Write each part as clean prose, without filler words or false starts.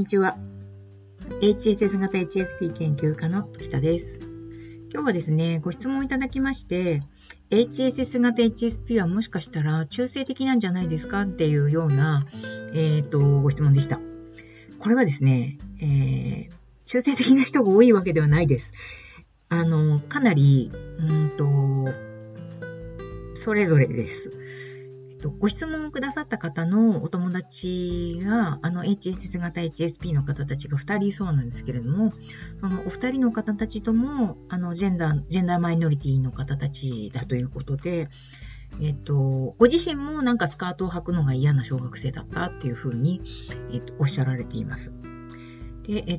にちは。HSS 型 HSP 研究家の時田です。今日はですね、ご質問いただきまして、HSS 型 HSP はもしかしたら中性的なんじゃないですかっていうような、ご質問でした。これはですね、中性的な人が多いわけではないです。かなり、それぞれです。ご質問をくださった方のお友達が、HSS 型 HSP の方たちが2人そうなんですけれども、そのお二人の方たちとも、ジェンダーマイノリティの方たちだということで、ご自身もなんかスカートを履くのが嫌な小学生だったっていうふうに、おっしゃられています。で、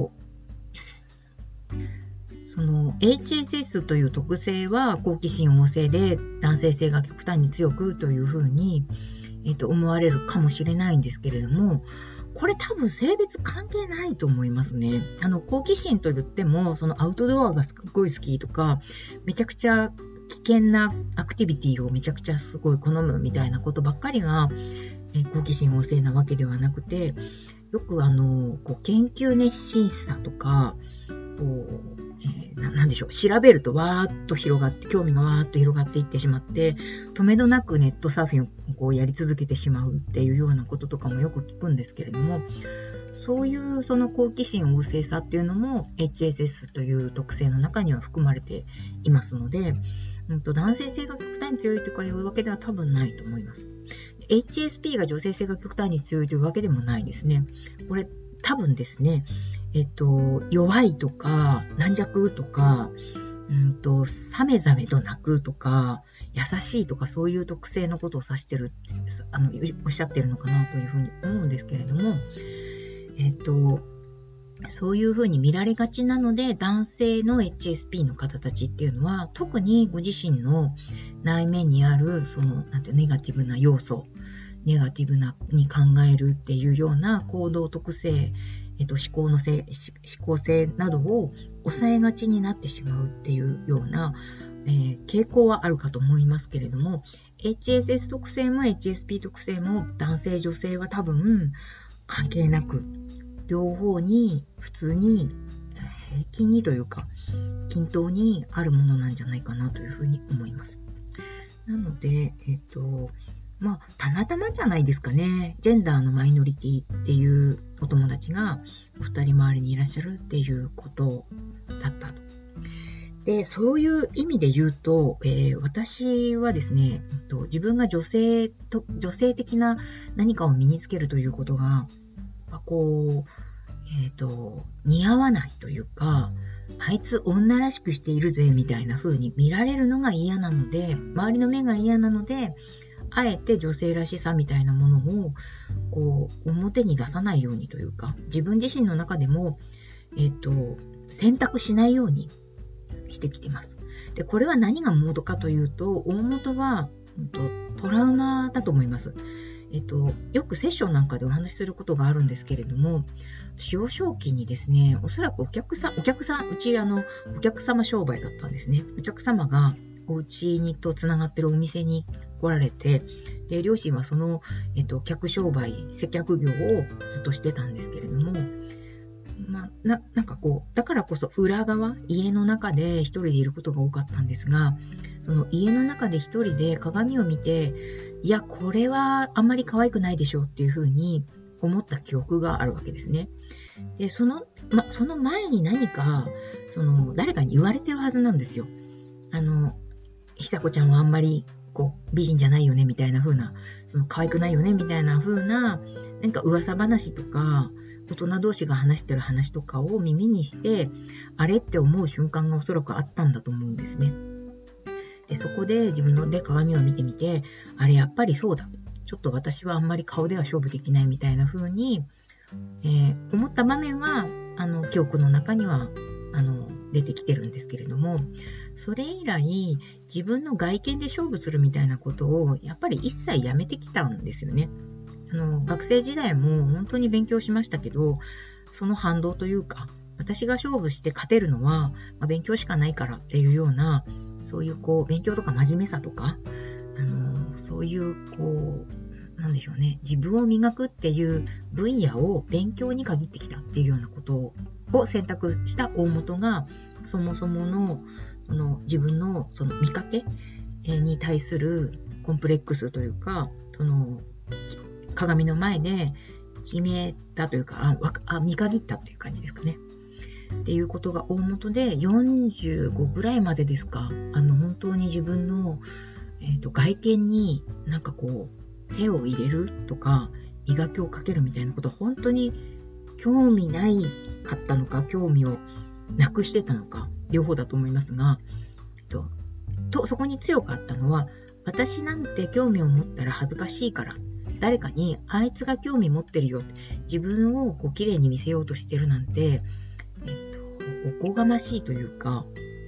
その HSS という特性は好奇心旺盛で男性性が極端に強くというふうに、思われるかもしれないんですけれども、これ多分性別関係ないと思いますね。好奇心といっても、そのアウトドアがすごい好きとか、めちゃくちゃ危険なアクティビティをめちゃくちゃすごい好むみたいなことばっかりが、好奇心旺盛なわけではなくて、よく研究熱心さとか、なんでしょう、調べるとわーっと広がって、興味がわーっと広がっていってしまって、止めどなくネットサーフィンをやり続けてしまうっていうようなこととかもよく聞くんですけれども、そういうその好奇心旺盛さっていうのも HSS という特性の中には含まれていますので、男性性が極端に強いとかいうわけでは多分ないと思います。HSP が女性性が極端に強いというわけでもないですね。これ多分ですね、弱いとか軟弱とか、さめざめと泣くとか優しいとかそういう特性のことを指してる、おっしゃってるのかなというふうに思うんですけれども、そういうふうに見られがちなので、男性の HSP の方たちっていうのは、特にご自身の内面にあるそのネガティブな要素、ネガティブなに考えるっていうような行動特性、思考性などを抑えがちになってしまうっていうような、傾向はあるかと思いますけれども、HSS 特性も HSP 特性も男性女性は多分関係なく、両方に普通に平均にというか均等にあるものなんじゃないかなというふうに思います。なので、たまたまじゃないですかね。ジェンダーのマイノリティっていうお友達がお二人周りにいらっしゃるっていうことだったと。で、そういう意味で言うと、私はですね、自分が女性的な何かを身につけるということが、似合わないというか、あいつ女らしくしているぜみたいな風に見られるのが嫌なので、周りの目が嫌なので、あえて女性らしさみたいなものを表に出さないようにというか、自分自身の中でも、選択しないようにしてきてます。で、これは何が元かというと、大元は、トラウマだと思います。よくセッションなんかでお話しすることがあるんですけれども、幼少期にですね、おそらくお客さん、うちお客様商売だったんですね。お客様がお家にとつながってるお店に来られて、で、両親はその、客商売、接客業をずっとしてたんですけれども、だからこそ裏側、家の中で一人でいることが多かったんですが、その家の中で一人で鏡を見て、いや、これはあんまり可愛くないでしょうっていうふうに思った記憶があるわけですね。で、その前に何か、誰かに言われてるはずなんですよ。久子ちゃんはあんまり、美人じゃないよね、みたいな風な、可愛くないよね、みたいな風な、なんか噂話とか、大人同士が話してる話とかを耳にして、あれって思う瞬間がおそらくあったんだと思うんですね。で、そこで自分の鏡を見てみて、あれやっぱりそうだ。ちょっと私はあんまり顔では勝負できないみたいな風に、思った場面は、記憶の中には、出てきてるんですけれども、それ以来、自分の外見で勝負するみたいなことを、やっぱり一切やめてきたんですよね。学生時代も本当に勉強しましたけど、その反動というか、私が勝負して勝てるのは、勉強しかないからっていうような、そういう勉強とか真面目さとか、そういうなんでしょうね、自分を磨くっていう分野を勉強に限ってきたっていうようなことを選択した大元が、そもそものその自分のその見かけに対するコンプレックスというか、その鏡の前で決めたというか、見限ったという感じですかね。っていうことが大元で、45ぐらいまでですか、本当に自分の、外見になんかこう手を入れるとか磨きをかけるみたいなことは本当に興味ないかったのか、興味をなくしてたのか、両方だと思いますが、そこに強かったのは、私なんて興味を持ったら恥ずかしいから、誰かにあいつが興味持ってるよ、自分をこう綺麗に見せようとしてるなんて、おこがましいというか、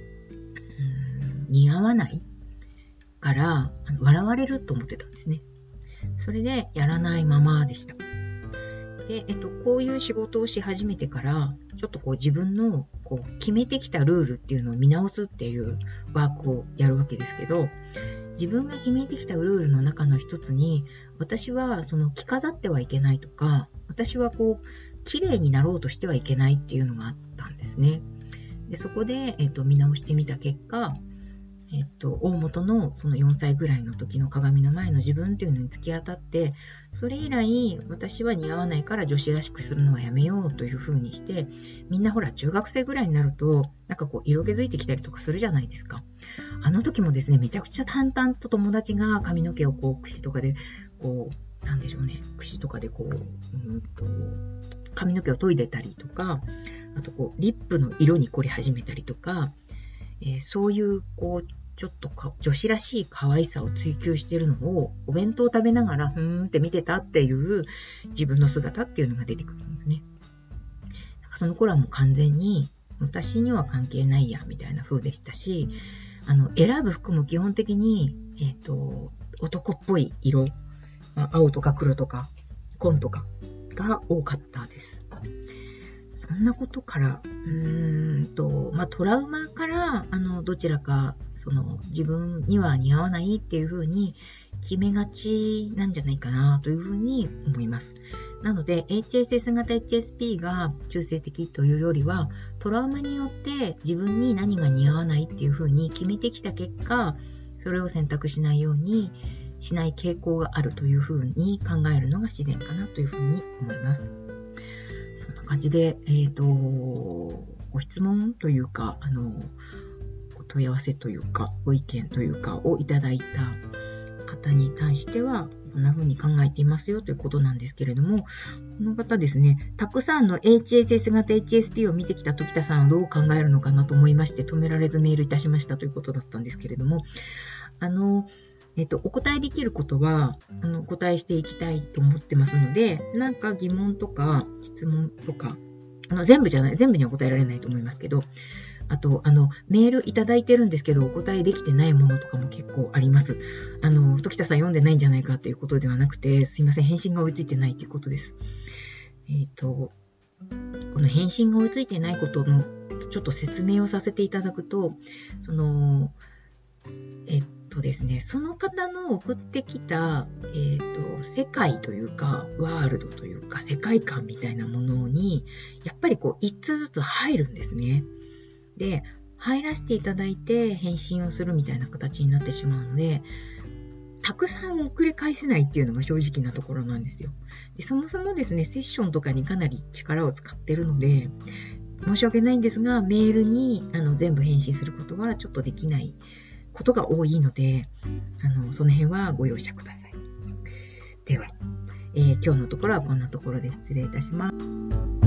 似合わないから笑われると思ってたんですね。それでやらないままでした。で、こういう仕事をし始めてから、ちょっとこう自分のこう決めてきたルールっていうのを見直すっていうワークをやるわけですけど、自分が決めてきたルールの中の一つに、私はその着飾ってはいけないとか、私はこう綺麗になろうとしてはいけないっていうのがあったんですね。で、そこで、見直してみた結果、大元のその4歳ぐらいの時の鏡の前の自分っていうのに突き当たって、それ以来私は似合わないから女子らしくするのはやめようという風にして、みんなほら中学生ぐらいになるとなんかこう色気づいてきたりとかするじゃないですか。あの時もですね、めちゃくちゃ淡々と友達が髪の毛をこう櫛とかでこうなんでしょうね、櫛とかでこう髪の毛を研いでたりとか、あとこうリップの色に凝り始めたりとか、そういうこうちょっと女子らしい可愛さを追求しているのをお弁当を食べながらって見てたっていう自分の姿っていうのが出てくるんですね。その頃はもう完全に私には関係ないやみたいな風でしたし、選ぶ服も基本的に、男っぽい色、青とか黒とか紺とかが多かったです。そんなことから、トラウマから、どちらか、自分には似合わないっていう風に決めがちなんじゃないかなという風に思います。なので、HSS 型 HSP が中性的というよりは、トラウマによって自分に何が似合わないっていう風に決めてきた結果、それを選択しないようにしない傾向があるという風に考えるのが自然かなという風に思います。そんな感じで、ご質問というか、お問い合わせというか、ご意見というかをいただいた方に対しては、こんな風に考えていますよということなんですけれども、この方ですね、たくさんの HSS 型 HSP を見てきた時田さんはどう考えるのかなと思いまして、止められずメールいたしましたということだったんですけれども、お答えできることは、お答えしていきたいと思ってますので、なんか疑問とか質問とか、全部には答えられないと思いますけど、あと、メールいただいてるんですけど、お答えできてないものとかも結構あります。時田さん読んでないんじゃないかということではなくて、すいません、返信が追いついてないということです。この返信が追いついてないことの、ちょっと説明をさせていただくと、ですね、その方の送ってきた、世界というか、ワールドというか、世界観みたいなものに、やっぱりこう、一通ずつ入るんですね。で、入らせていただいて返信をするみたいな形になってしまうので、たくさん送り返せないっていうのが正直なところなんですよ。で、そもそもですね、セッションとかにかなり力を使ってるので、申し訳ないんですが、メールに全部返信することはちょっとできないことが多いので、その辺はご容赦ください。では、今日のところはこんなところで失礼いたします。